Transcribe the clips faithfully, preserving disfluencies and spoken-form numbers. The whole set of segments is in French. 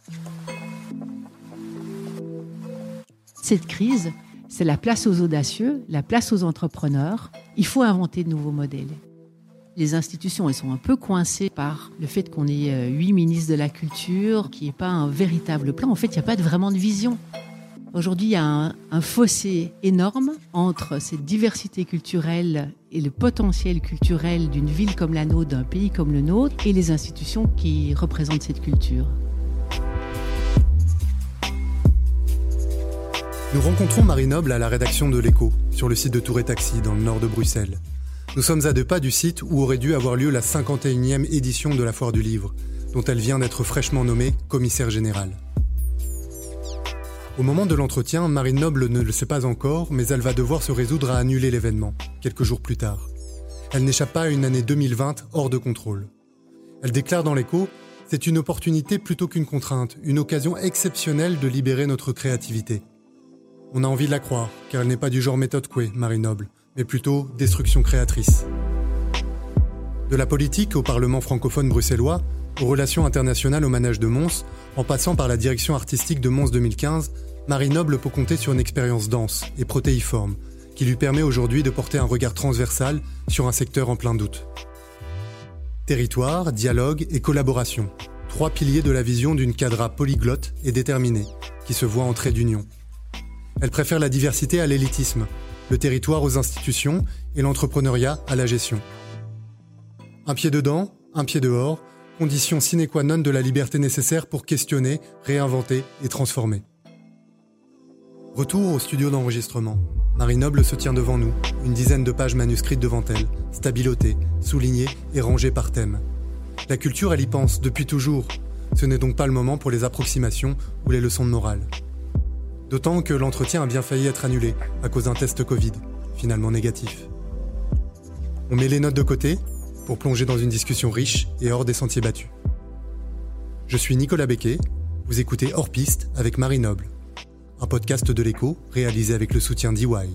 Cette crise, c'est la place aux audacieux, la place aux entrepreneurs. Il faut inventer de nouveaux modèles. Les institutions, elles sont un peu coincées par le fait qu'on ait huit ministres de la culture, qu'il n'y ait pas un véritable plan. En fait, il n'y a pas de, vraiment de vision. Aujourd'hui, il y a un, un fossé énorme entre cette diversité culturelle et le potentiel culturel d'une ville comme la nôtre, d'un pays comme le nôtre, et les institutions qui représentent cette culture. Nous rencontrons Marie Noble à la rédaction de l'Écho, sur le site de Tour et Taxi, dans le nord de Bruxelles. Nous sommes à deux pas du site où aurait dû avoir lieu la cinquante et unième édition de la Foire du Livre, dont elle vient d'être fraîchement nommée commissaire générale. Au moment de l'entretien, Marie Noble ne le sait pas encore, mais elle va devoir se résoudre à annuler l'événement, quelques jours plus tard. Elle n'échappe pas à une année deux mille vingt hors de contrôle. Elle déclare dans l'Écho « C'est une opportunité plutôt qu'une contrainte, une occasion exceptionnelle de libérer notre créativité. » On a envie de la croire, car elle n'est pas du genre méthode Coué, Marie Noble, mais plutôt destruction créatrice. De la politique au Parlement francophone bruxellois, aux relations internationales au manège de Mons, en passant par la direction artistique de Mons deux mille quinze, Marie Noble peut compter sur une expérience dense et protéiforme, qui lui permet aujourd'hui de porter un regard transversal sur un secteur en plein doute. Territoire, dialogue et collaboration, trois piliers de la vision d'une cadra polyglotte et déterminée, qui se voit en trait d'union. Elle préfère la diversité à l'élitisme, le territoire aux institutions et l'entrepreneuriat à la gestion. Un pied dedans, un pied dehors, condition sine qua non de la liberté nécessaire pour questionner, réinventer et transformer. Retour au studio d'enregistrement. Marie Noble se tient devant nous, une dizaine de pages manuscrites devant elle, stabilotées, soulignées et rangées par thème. La culture, elle y pense depuis toujours. Ce n'est donc pas le moment pour les approximations ou les leçons de morale. D'autant que l'entretien a bien failli être annulé à cause d'un test Covid, finalement négatif. On met les notes de côté pour plonger dans une discussion riche et hors des sentiers battus. Je suis Nicolas Becquet, vous écoutez Hors Piste avec Marie Noble, un podcast de l'Écho réalisé avec le soutien d'E Y.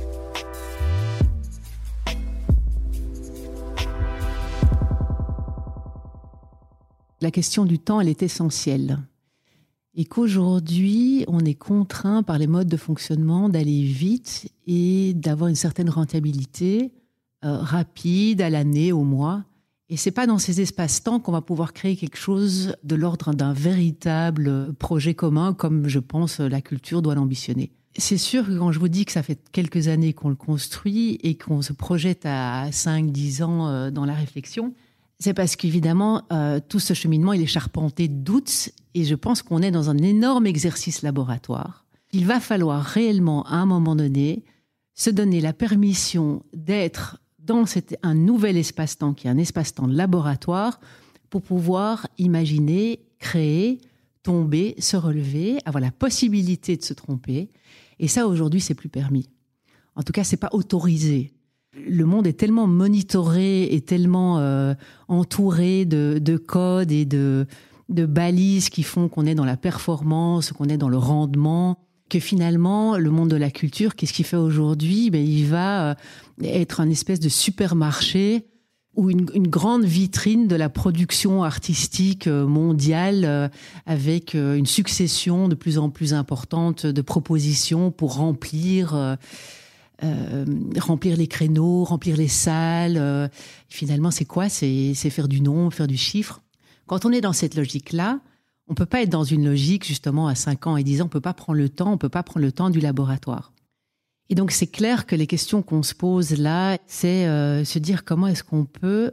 La question du temps, elle est essentielle. Et qu'aujourd'hui, on est contraint par les modes de fonctionnement d'aller vite et d'avoir une certaine rentabilité euh, rapide à l'année, au mois. Et c'est pas dans ces espaces-temps qu'on va pouvoir créer quelque chose de l'ordre d'un véritable projet commun, comme je pense la culture doit l'ambitionner. C'est sûr que quand je vous dis que ça fait quelques années qu'on le construit et qu'on se projette à cinq dix ans euh, dans la réflexion, c'est parce qu'évidemment, euh, tout ce cheminement, il est charpenté de doutes et je pense qu'on est dans un énorme exercice laboratoire. Il va falloir réellement, à un moment donné, se donner la permission d'être dans cet, un nouvel espace-temps qui est un espace-temps de laboratoire pour pouvoir imaginer, créer, tomber, se relever, avoir la possibilité de se tromper. Et ça, aujourd'hui, c'est plus permis. En tout cas, c'est pas autorisé. Le monde est tellement monitoré et tellement euh, entouré de, de codes et de, de balises qui font qu'on est dans la performance, qu'on est dans le rendement, que finalement, le monde de la culture, qu'est-ce qu'il fait aujourd'hui ? Ben, il va euh, être un espèce de supermarché ou une, une grande vitrine de la production artistique mondiale euh, avec euh, une succession de plus en plus importante de propositions pour remplir... Euh, Euh, remplir les créneaux, remplir les salles. Euh, finalement, c'est quoi ? c'est, c'est faire du nombre, faire du chiffre. Quand on est dans cette logique-là, on ne peut pas être dans une logique, justement, à cinq ans et dix ans, on ne peut pas prendre le temps, on ne peut pas prendre le temps du laboratoire. Et donc, c'est clair que les questions qu'on se pose là, c'est euh, se dire comment est-ce qu'on peut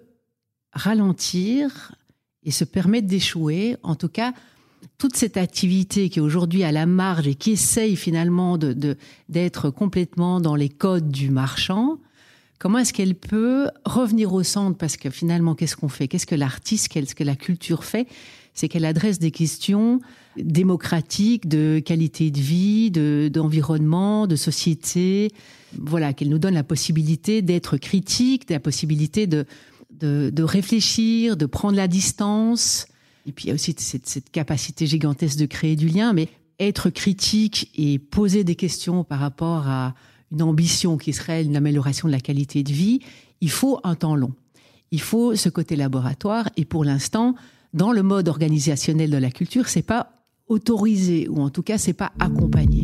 ralentir et se permettre d'échouer, en tout cas, toute cette activité qui est aujourd'hui à la marge et qui essaye finalement de, de, d'être complètement dans les codes du marchand, comment est-ce qu'elle peut revenir au centre ? Parce que finalement, qu'est-ce qu'on fait ? Qu'est-ce que l'artiste, qu'est-ce que la culture fait ? C'est qu'elle adresse des questions démocratiques, de qualité de vie, de, d'environnement, de société. Voilà, qu'elle nous donne la possibilité d'être critique, la possibilité de, de, de réfléchir, de prendre la distance. Et puis il y a aussi cette, cette capacité gigantesque de créer du lien, mais être critique et poser des questions par rapport à une ambition qui serait une amélioration de la qualité de vie, il faut un temps long. Il faut ce côté laboratoire et pour l'instant, dans le mode organisationnel de la culture, c'est pas autorisé, ou en tout cas, c'est pas accompagné.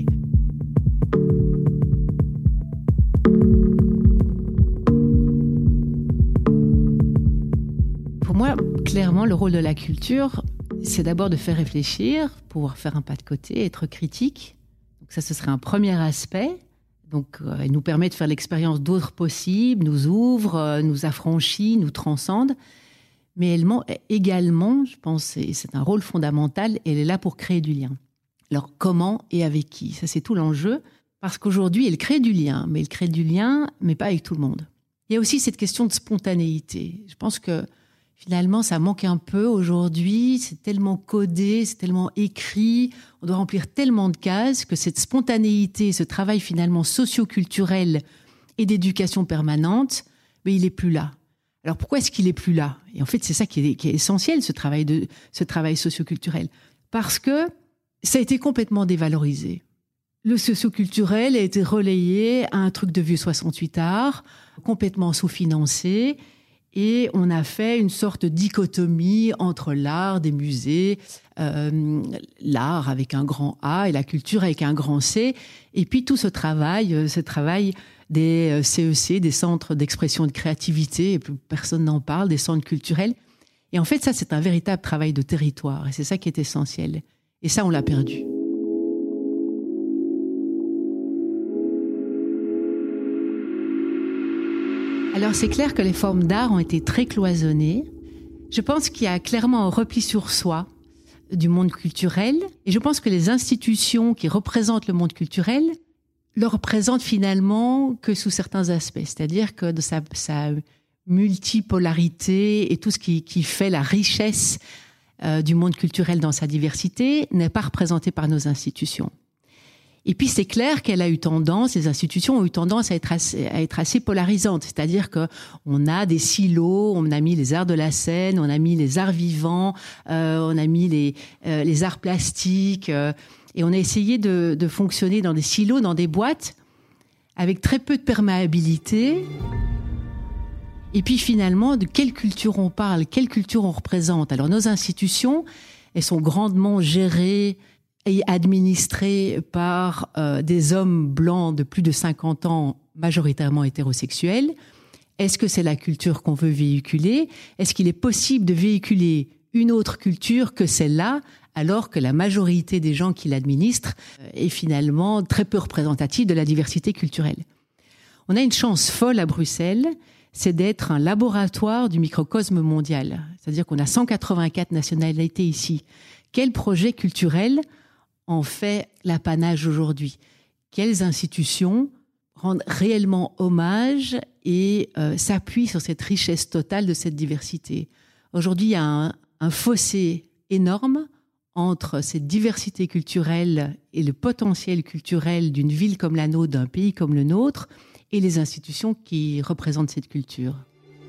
Pour moi, clairement, le rôle de la culture, c'est d'abord de faire réfléchir, pouvoir faire un pas de côté, être critique. Donc ça, ce serait un premier aspect. Donc, euh, elle nous permet de faire l'expérience d'autres possibles, nous ouvre, euh, nous affranchit, nous transcende. Mais elle, également, je pense, et c'est un rôle fondamental, elle est là pour créer du lien. Alors, comment et avec qui ? Ça, c'est tout l'enjeu. Parce qu'aujourd'hui, elle crée du lien, mais elle crée du lien, mais pas avec tout le monde. Il y a aussi cette question de spontanéité. Je pense que finalement, ça manque un peu aujourd'hui. C'est tellement codé, c'est tellement écrit. On doit remplir tellement de cases que cette spontanéité, ce travail finalement socio-culturel et d'éducation permanente, mais il est plus là. Alors pourquoi est-ce qu'il est plus là ? Et en fait, c'est ça qui est, qui est essentiel, ce travail de, ce travail socio-culturel. Parce que ça a été complètement dévalorisé. Le socio-culturel a été relayé à un truc de vieux soixante-huit art, complètement sous-financé. Et on a fait une sorte de dichotomie entre l'art des musées, euh, l'art avec un grand A et la culture avec un grand C. Et puis tout ce travail, ce travail des C E C, des centres d'expression et de créativité, et plus personne n'en parle, des centres culturels. Et en fait, ça, c'est un véritable travail de territoire. Et c'est ça qui est essentiel. Et ça, on l'a perdu. Alors, c'est clair que les formes d'art ont été très cloisonnées. Je pense qu'il y a clairement un repli sur soi du monde culturel. Et je pense que les institutions qui représentent le monde culturel le représentent finalement que sous certains aspects. C'est-à-dire que de sa, sa multipolarité et tout ce qui, qui fait la richesse euh, du monde culturel dans sa diversité n'est pas représenté par nos institutions. Et puis, c'est clair qu'elle a eu tendance, les institutions ont eu tendance à être assez, à être assez polarisantes. C'est-à-dire qu'on a des silos, on a mis les arts de la scène, on a mis les arts vivants, euh, on a mis les, euh, les arts plastiques, euh, et on a essayé de, de fonctionner dans des silos, dans des boîtes, avec très peu de perméabilité. Et puis, finalement, de quelle culture on parle, quelle culture on représente. Alors, nos institutions, elles sont grandement gérées et administré par euh, des hommes blancs de plus de cinquante ans, majoritairement hétérosexuels. Est-ce que c'est la culture qu'on veut véhiculer ? Est-ce qu'il est possible de véhiculer une autre culture que celle-là, alors que la majorité des gens qui l'administrent est finalement très peu représentative de la diversité culturelle ? On a une chance folle à Bruxelles, c'est d'être un laboratoire du microcosme mondial. C'est-à-dire qu'on a cent quatre-vingt-quatre nationalités ici. Quel projet culturel en fait l'apanage aujourd'hui? Quelles institutions rendent réellement hommage et euh, s'appuient sur cette richesse totale de cette diversité? Aujourd'hui, il y a un, un fossé énorme entre cette diversité culturelle et le potentiel culturel d'une ville comme la nôtre, d'un pays comme le nôtre, et les institutions qui représentent cette culture.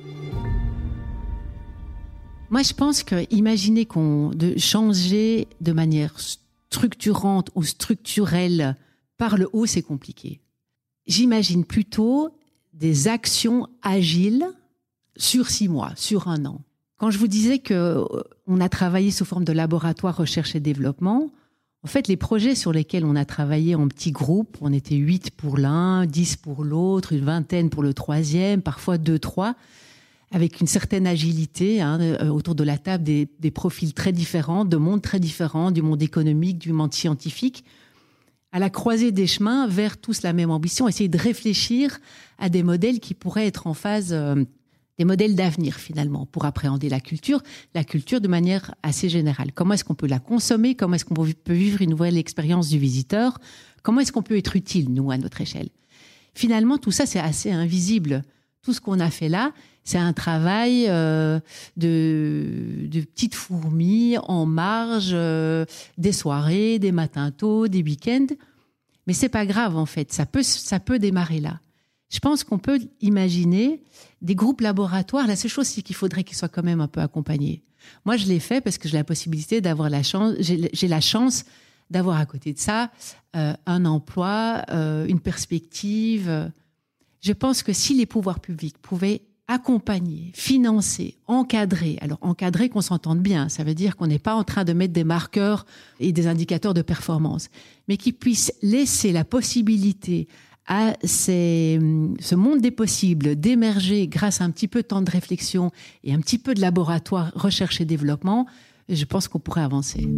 Moi, je pense que imaginer qu'on de changer de manière structurante ou structurelle par le haut, c'est compliqué. J'imagine plutôt des actions agiles sur six mois, sur un an. Quand je vous disais qu'on a travaillé sous forme de laboratoire recherche et développement, en fait, les projets sur lesquels on a travaillé en petits groupes, on était huit pour l'un, dix pour l'autre, une vingtaine pour le troisième, parfois deux, trois, avec une certaine agilité, hein, autour de la table, des, des profils très différents, de mondes très différents, du monde économique, du monde scientifique, à la croisée des chemins vers tous la même ambition, essayer de réfléchir à des modèles qui pourraient être en phase, euh, des modèles d'avenir finalement, pour appréhender la culture, la culture de manière assez générale. Comment est-ce qu'on peut la consommer? Comment est-ce qu'on peut vivre une nouvelle expérience du visiteur? Comment est-ce qu'on peut être utile, nous, à notre échelle? Finalement, tout ça, c'est assez invisible. Tout ce qu'on a fait là, c'est un travail euh, de, de petites fourmis en marge, euh, des soirées, des matins tôt, des week-ends. Mais c'est pas grave, en fait. Ça peut, ça peut démarrer là. Je pense qu'on peut imaginer des groupes laboratoires. La seule chose, c'est qu'il faudrait qu'ils soient quand même un peu accompagnés. Moi, je l'ai fait parce que j'ai la possibilité d'avoir la chance, j'ai, j'ai la chance d'avoir à côté de ça euh, un emploi, euh, une perspective. Je pense que si les pouvoirs publics pouvaient accompagner, financer, encadrer. Alors encadrer, qu'on s'entende bien, ça veut dire qu'on n'est pas en train de mettre des marqueurs et des indicateurs de performance, mais qui puisse laisser la possibilité à ces, ce monde des possibles d'émerger grâce à un petit peu de temps de réflexion et un petit peu de laboratoire, recherche et développement. Je pense qu'on pourrait avancer.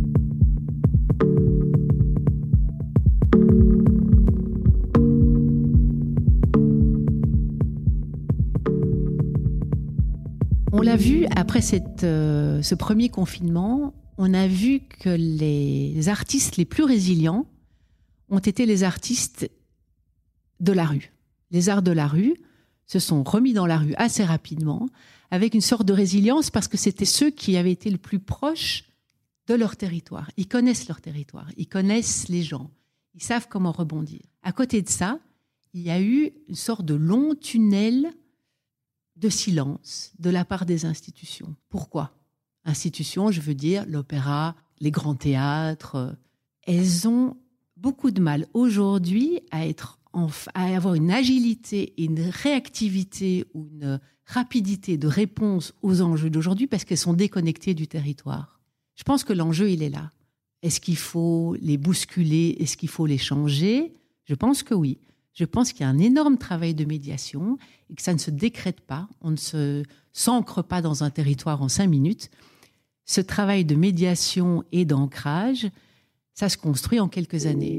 On l'a vu après cette, euh, ce premier confinement, on a vu que les artistes les plus résilients ont été les artistes de la rue. Les arts de la rue se sont remis dans la rue assez rapidement, avec une sorte de résilience, parce que c'était ceux qui avaient été le plus proches de leur territoire. Ils connaissent leur territoire, ils connaissent les gens, ils savent comment rebondir. À côté de ça, il y a eu une sorte de long tunnel de silence de la part des institutions. Pourquoi ? Institutions, je veux dire l'opéra, les grands théâtres. Elles ont beaucoup de mal aujourd'hui à, être en, à avoir une agilité et une réactivité ou une rapidité de réponse aux enjeux d'aujourd'hui parce qu'elles sont déconnectées du territoire. Je pense que l'enjeu, il est là. Est-ce qu'il faut les bousculer ? Est-ce qu'il faut les changer ? Je pense que oui. Je pense qu'il y a un énorme travail de médiation et que ça ne se décrète pas, on ne se, s'ancre pas dans un territoire en cinq minutes. Ce travail de médiation et d'ancrage, ça se construit en quelques années.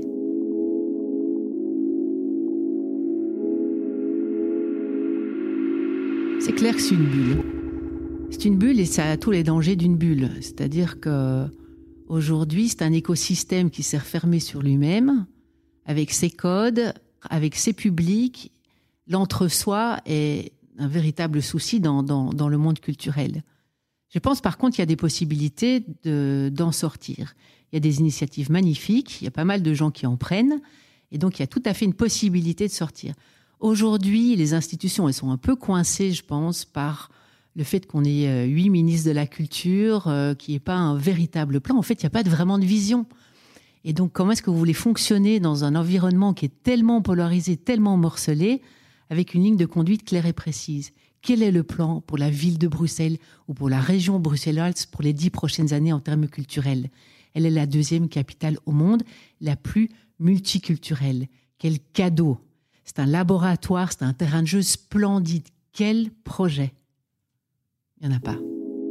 C'est clair que c'est une bulle. C'est une bulle et ça a tous les dangers d'une bulle. C'est-à-dire qu'aujourd'hui, c'est un écosystème qui s'est refermé sur lui-même, avec ses codes, avec ses publics. L'entre-soi est un véritable souci dans, dans, dans le monde culturel. Je pense par contre qu'il y a des possibilités de, d'en sortir. Il y a des initiatives magnifiques, il y a pas mal de gens qui en prennent, et donc il y a tout à fait une possibilité de sortir. Aujourd'hui, les institutions, elles sont un peu coincées, je pense, par le fait qu'on ait huit ministres de la culture, euh, qu'il n'y ait pas un véritable plan. En fait, il n'y a pas de, vraiment de vision. Et donc, comment est-ce que vous voulez fonctionner dans un environnement qui est tellement polarisé, tellement morcelé, avec une ligne de conduite claire et précise ? Quel est le plan pour la ville de Bruxelles ou pour la région bruxelloise pour les dix prochaines années en termes culturels ? Elle est la deuxième capitale au monde, la plus multiculturelle. Quel cadeau ! C'est un laboratoire, c'est un terrain de jeu splendide. Quel projet ! Il n'y en a pas.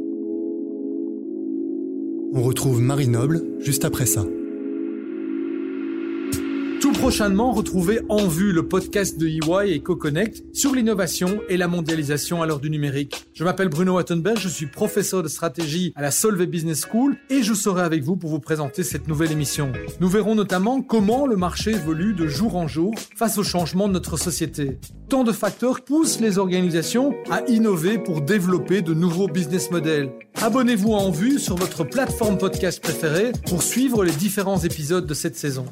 On retrouve Marie Noble juste après ça. Tout prochainement, retrouvez En Vue, le podcast de E Y et CoConnect sur l'innovation et la mondialisation à l'heure du numérique. Je m'appelle Bruno Wattenberg, je suis professeur de stratégie à la Solvay Business School et je serai avec vous pour vous présenter cette nouvelle émission. Nous verrons notamment comment le marché évolue de jour en jour face au changement de notre société. Tant de facteurs poussent les organisations à innover pour développer de nouveaux business models. Abonnez-vous à En Vue sur votre plateforme podcast préférée pour suivre les différents épisodes de cette saison.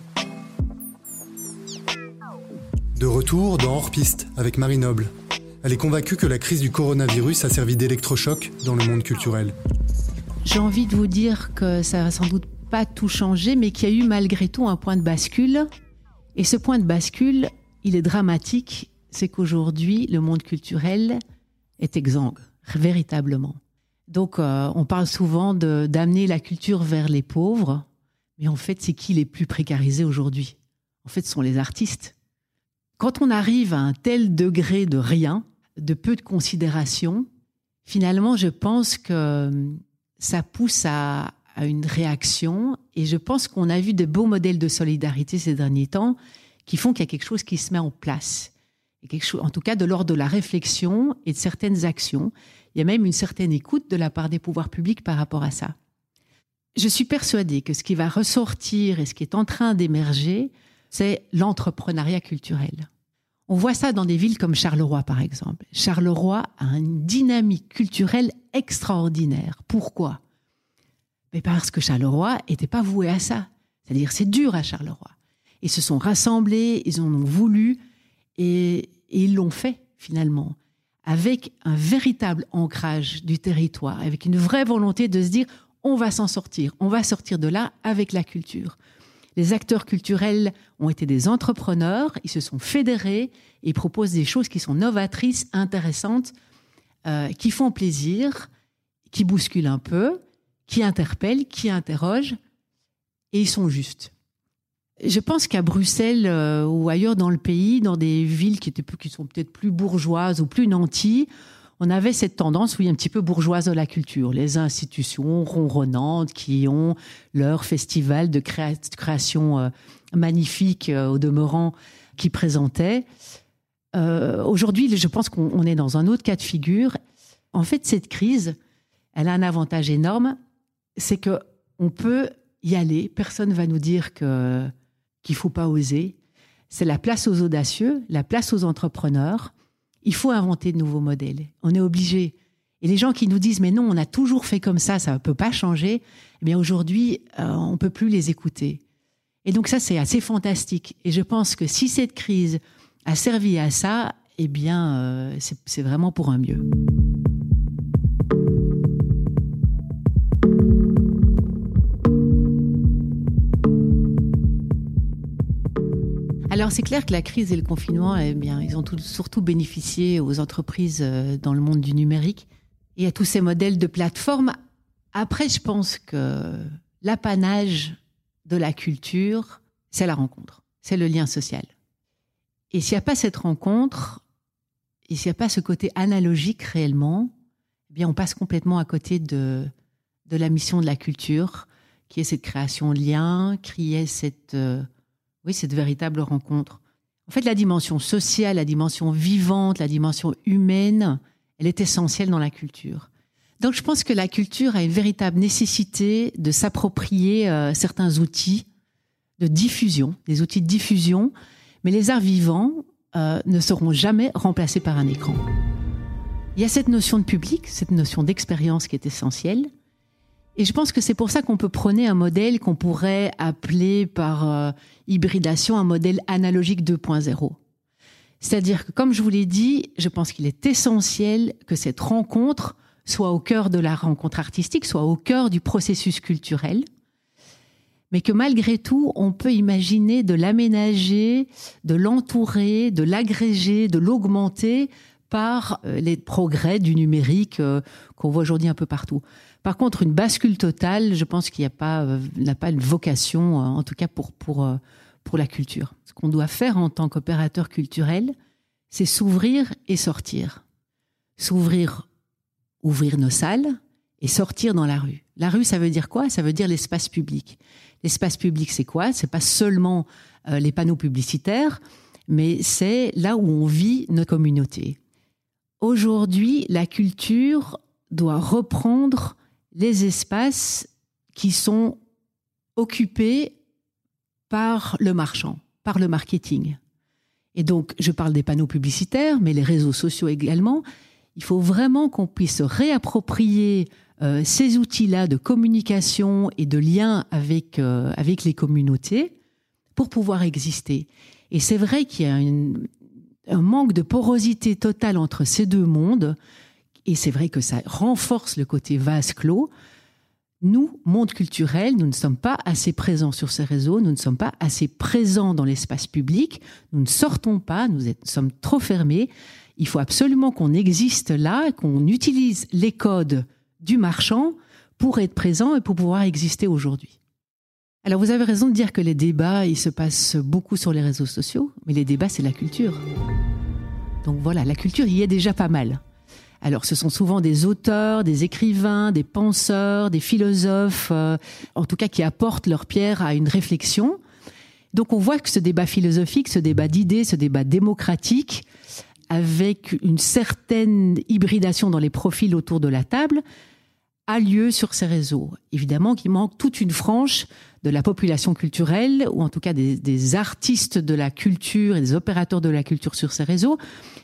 De retour dans Hors Piste avec Marie Noble. Elle est convaincue que la crise du coronavirus a servi d'électrochoc dans le monde culturel. J'ai envie de vous dire que ça va sans doute pas tout changer, mais qu'il y a eu malgré tout un point de bascule. Et ce point de bascule, il est dramatique. C'est qu'aujourd'hui, le monde culturel est exsangue, véritablement. Donc, euh, on parle souvent de, d'amener la culture vers les pauvres. Mais en fait, c'est qui les plus précarisés aujourd'hui ? En fait, ce sont les artistes. Quand on arrive à un tel degré de rien, de peu de considération, finalement, je pense que ça pousse à, à une réaction. Et je pense qu'on a vu de beaux modèles de solidarité ces derniers temps qui font qu'il y a quelque chose qui se met en place. Et quelque chose, en tout cas, de l'ordre de la réflexion et de certaines actions. Il y a même une certaine écoute de la part des pouvoirs publics par rapport à ça. Je suis persuadée que ce qui va ressortir et ce qui est en train d'émerger, c'est l'entrepreneuriat culturel. On voit ça dans des villes comme Charleroi, par exemple. Charleroi a une dynamique culturelle extraordinaire. Pourquoi ? Mais parce que Charleroi n'était pas voué à ça. C'est-à-dire, c'est dur à Charleroi. Ils se sont rassemblés, ils en ont voulu, et, et ils l'ont fait, finalement, avec un véritable ancrage du territoire, avec une vraie volonté de se dire, on va s'en sortir, on va sortir de là avec la culture. Les acteurs culturels ont été des entrepreneurs, ils se sont fédérés et ils proposent des choses qui sont novatrices, intéressantes, euh, qui font plaisir, qui bousculent un peu, qui interpellent, qui interrogent, et ils sont justes. Je pense qu'à Bruxelles euh, ou ailleurs dans le pays, dans des villes qui, étaient, qui sont peut-être plus bourgeoises ou plus nanties, on avait cette tendance, oui, un petit peu bourgeoise de la culture. Les institutions ronronnantes qui ont leur festival de créa- création euh, magnifique euh, au demeurant qui présentaient. Euh, aujourd'hui, je pense qu'on on est dans un autre cas de figure. En fait, cette crise, elle a un avantage énorme, c'est qu'on peut y aller. Personne ne va nous dire que, qu'il ne faut pas oser. C'est la place aux audacieux, la place aux entrepreneurs. Il faut inventer de nouveaux modèles. On est obligé. Et les gens qui nous disent « mais non, on a toujours fait comme ça, ça ne peut pas changer », eh bien aujourd'hui, euh, on ne peut plus les écouter. Et donc ça, c'est assez fantastique. Et je pense que si cette crise a servi à ça, eh bien, euh, c'est, c'est vraiment pour un mieux. Alors, c'est clair que la crise et le confinement, eh bien, ils ont tout, surtout bénéficié aux entreprises dans le monde du numérique et à tous ces modèles de plateformes. Après, je pense que l'apanage de la culture, c'est la rencontre, c'est le lien social. Et s'il n'y a pas cette rencontre, et s'il n'y a pas ce côté analogique réellement, eh bien, on passe complètement à côté de, de la mission de la culture, qui est cette création de liens, qui est cette... Euh, Oui, cette véritable rencontre. En fait, la dimension sociale, la dimension vivante, la dimension humaine, elle est essentielle dans la culture. Donc, je pense que la culture a une véritable nécessité de s'approprier euh, certains outils de diffusion, des outils de diffusion, mais les arts vivants euh, ne seront jamais remplacés par un écran. Il y a cette notion de public, cette notion d'expérience qui est essentielle. Et je pense que c'est pour ça qu'on peut prôner un modèle qu'on pourrait appeler par euh, hybridation un modèle analogique deux point zéro. C'est-à-dire que, comme je vous l'ai dit, je pense qu'il est essentiel que cette rencontre soit au cœur de la rencontre artistique, soit au cœur du processus culturel, mais que malgré tout, on peut imaginer de l'aménager, de l'entourer, de l'agréger, de l'augmenter par euh, les progrès du numérique euh, qu'on voit aujourd'hui un peu partout. Par contre, une bascule totale, je pense qu'il n'y a pas, euh, n'a pas une vocation, euh, en tout cas pour, pour, euh, pour la culture. Ce qu'on doit faire en tant qu'opérateur culturel, c'est s'ouvrir et sortir. S'ouvrir, ouvrir nos salles et sortir dans la rue. La rue, ça veut dire quoi ? Ça veut dire l'espace public. L'espace public, c'est quoi ? C'est pas seulement euh, les panneaux publicitaires, mais c'est là où on vit notre communauté. Aujourd'hui, la culture doit reprendre les espaces qui sont occupés par le marchand, par le marketing. Et donc, je parle des panneaux publicitaires, mais les réseaux sociaux également. Il faut vraiment qu'on puisse réapproprier euh, ces outils-là de communication et de lien avec, euh, avec les communautés pour pouvoir exister. Et c'est vrai qu'il y a une, un manque de porosité totale entre ces deux mondes. Et c'est vrai que ça renforce le côté vase clos. Nous, monde culturel, nous ne sommes pas assez présents sur ces réseaux, nous ne sommes pas assez présents dans l'espace public, nous ne sortons pas, nous êtes, sommes trop fermés. Il faut absolument qu'on existe là, qu'on utilise les codes du marchand pour être présent et pour pouvoir exister aujourd'hui. Alors vous avez raison de dire que les débats, ils se passent beaucoup sur les réseaux sociaux, mais les débats, c'est la culture. Donc voilà, la culture y est déjà pas mal. Alors, ce sont souvent des auteurs, des écrivains, des penseurs, des philosophes, euh, en tout cas qui apportent leur pierre à une réflexion. Donc, on voit que ce débat philosophique, ce débat d'idées, ce débat démocratique, avec une certaine hybridation dans les profils autour de la table, a lieu sur ces réseaux. Évidemment qu'il manque toute une frange de la population culturelle, ou en tout cas des, des artistes de la culture et des opérateurs de la culture sur ces réseaux,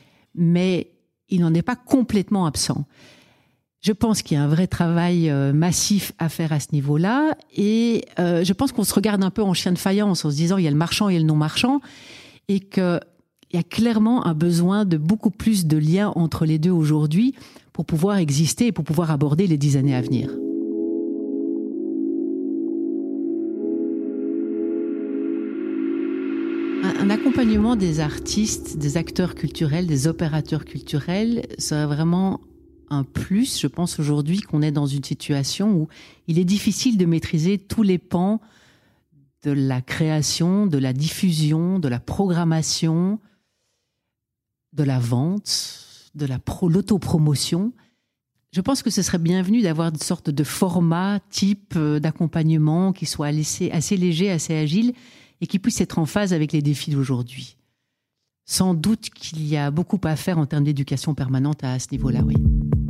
mais il n'en est pas complètement absent. Je pense qu'il y a un vrai travail euh, massif à faire à ce niveau-là, et euh, je pense qu'on se regarde un peu en chien de faïence en se disant il y a le marchand et le non-marchand, et qu'il y a clairement un besoin de beaucoup plus de liens entre les deux aujourd'hui pour pouvoir exister et pour pouvoir aborder les dix années à venir. Un accompagnement des artistes, des acteurs culturels, des opérateurs culturels serait vraiment un plus. Je pense aujourd'hui qu'on est dans une situation où il est difficile de maîtriser tous les pans de la création, de la diffusion, de la programmation, de la vente, de la pro, l'autopromotion. Je pense que ce serait bienvenu d'avoir une sorte de format type d'accompagnement qui soit assez, assez léger, assez agile et qui puisse être en phase avec les défis d'aujourd'hui. Sans doute qu'il y a beaucoup à faire en termes d'éducation permanente à ce niveau-là, oui.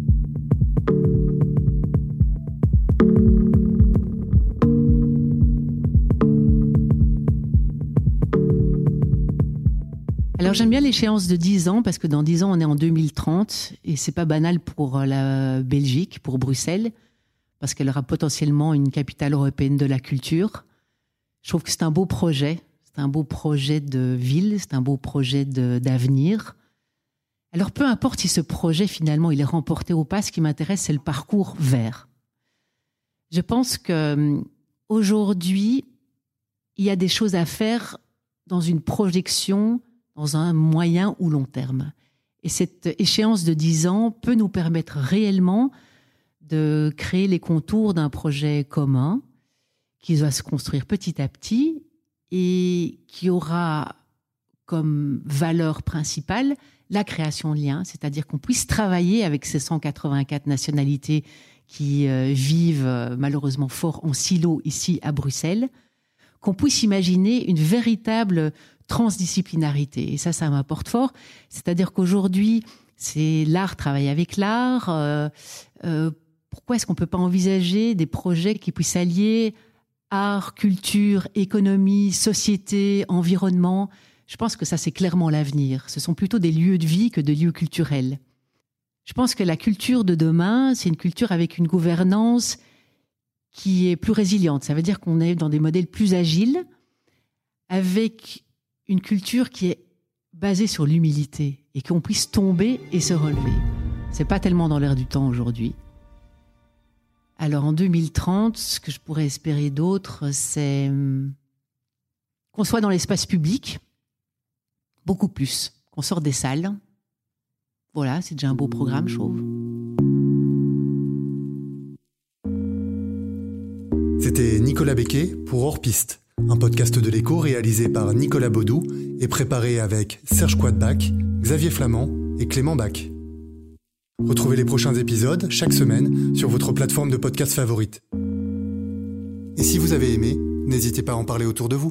Alors j'aime bien l'échéance de dix ans parce que dans dix ans on est en deux mille trente et c'est pas banal pour la Belgique, pour Bruxelles, parce qu'elle aura potentiellement une capitale européenne de la culture. Je trouve que c'est un beau projet, c'est un beau projet de ville, c'est un beau projet de, d'avenir. Alors peu importe si ce projet finalement il est remporté ou pas, ce qui m'intéresse c'est le parcours vers. Je pense qu'aujourd'hui il y a des choses à faire dans une projection, dans un moyen ou long terme. Et cette échéance de dix ans peut nous permettre réellement de créer les contours d'un projet commun qui va se construire petit à petit et qui aura comme valeur principale la création de liens, c'est-à-dire qu'on puisse travailler avec ces cent quatre-vingt-quatre nationalités qui euh, vivent euh, malheureusement fort en silo ici à Bruxelles, qu'on puisse imaginer une véritable transdisciplinarité. Et ça, ça m'apporte fort. C'est-à-dire qu'aujourd'hui, c'est l'art travaille avec l'art. Euh, euh, pourquoi est-ce qu'on ne peut pas envisager des projets qui puissent allier art, culture, économie, société, environnement? Je pense que ça, c'est clairement l'avenir. Ce sont plutôt des lieux de vie que des lieux culturels. Je pense que la culture de demain, c'est une culture avec une gouvernance qui est plus résiliente. Ça veut dire qu'on est dans des modèles plus agiles, avec une culture qui est basée sur l'humilité et qu'on puisse tomber et se relever. C'est pas tellement dans l'air du temps aujourd'hui. Alors en deux mille trente, ce que je pourrais espérer d'autre, c'est qu'on soit dans l'espace public, beaucoup plus, qu'on sorte des salles. Voilà, c'est déjà un beau programme, je trouve. C'était Nicolas Becquet pour Hors Piste, un podcast de l'Écho réalisé par Nicolas Baudou et préparé avec Serge Quadbach, Xavier Flamand et Clément Bach. Retrouvez les prochains épisodes chaque semaine sur votre plateforme de podcast favorite. Et si vous avez aimé, n'hésitez pas à en parler autour de vous.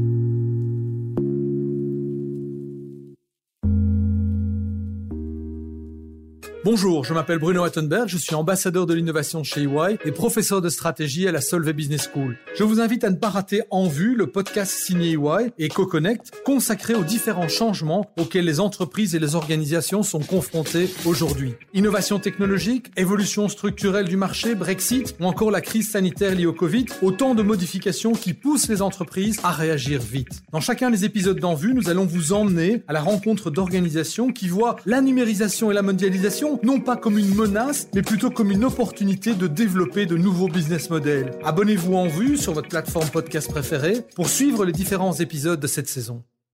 Bonjour, je m'appelle Bruno Attenberg, je suis ambassadeur de l'innovation chez E Y et professeur de stratégie à la Solvay Business School. Je vous invite à ne pas rater En Vue, le podcast signé E Y et EcoConnect, consacré aux différents changements auxquels les entreprises et les organisations sont confrontées aujourd'hui. Innovation technologique, évolution structurelle du marché, Brexit ou encore la crise sanitaire liée au Covid, autant de modifications qui poussent les entreprises à réagir vite. Dans chacun des épisodes d'En Vue, nous allons vous emmener à la rencontre d'organisations qui voient la numérisation et la mondialisation non pas comme une menace, mais plutôt comme une opportunité de développer de nouveaux business models. Abonnez-vous En Vue sur votre plateforme podcast préférée pour suivre les différents épisodes de cette saison.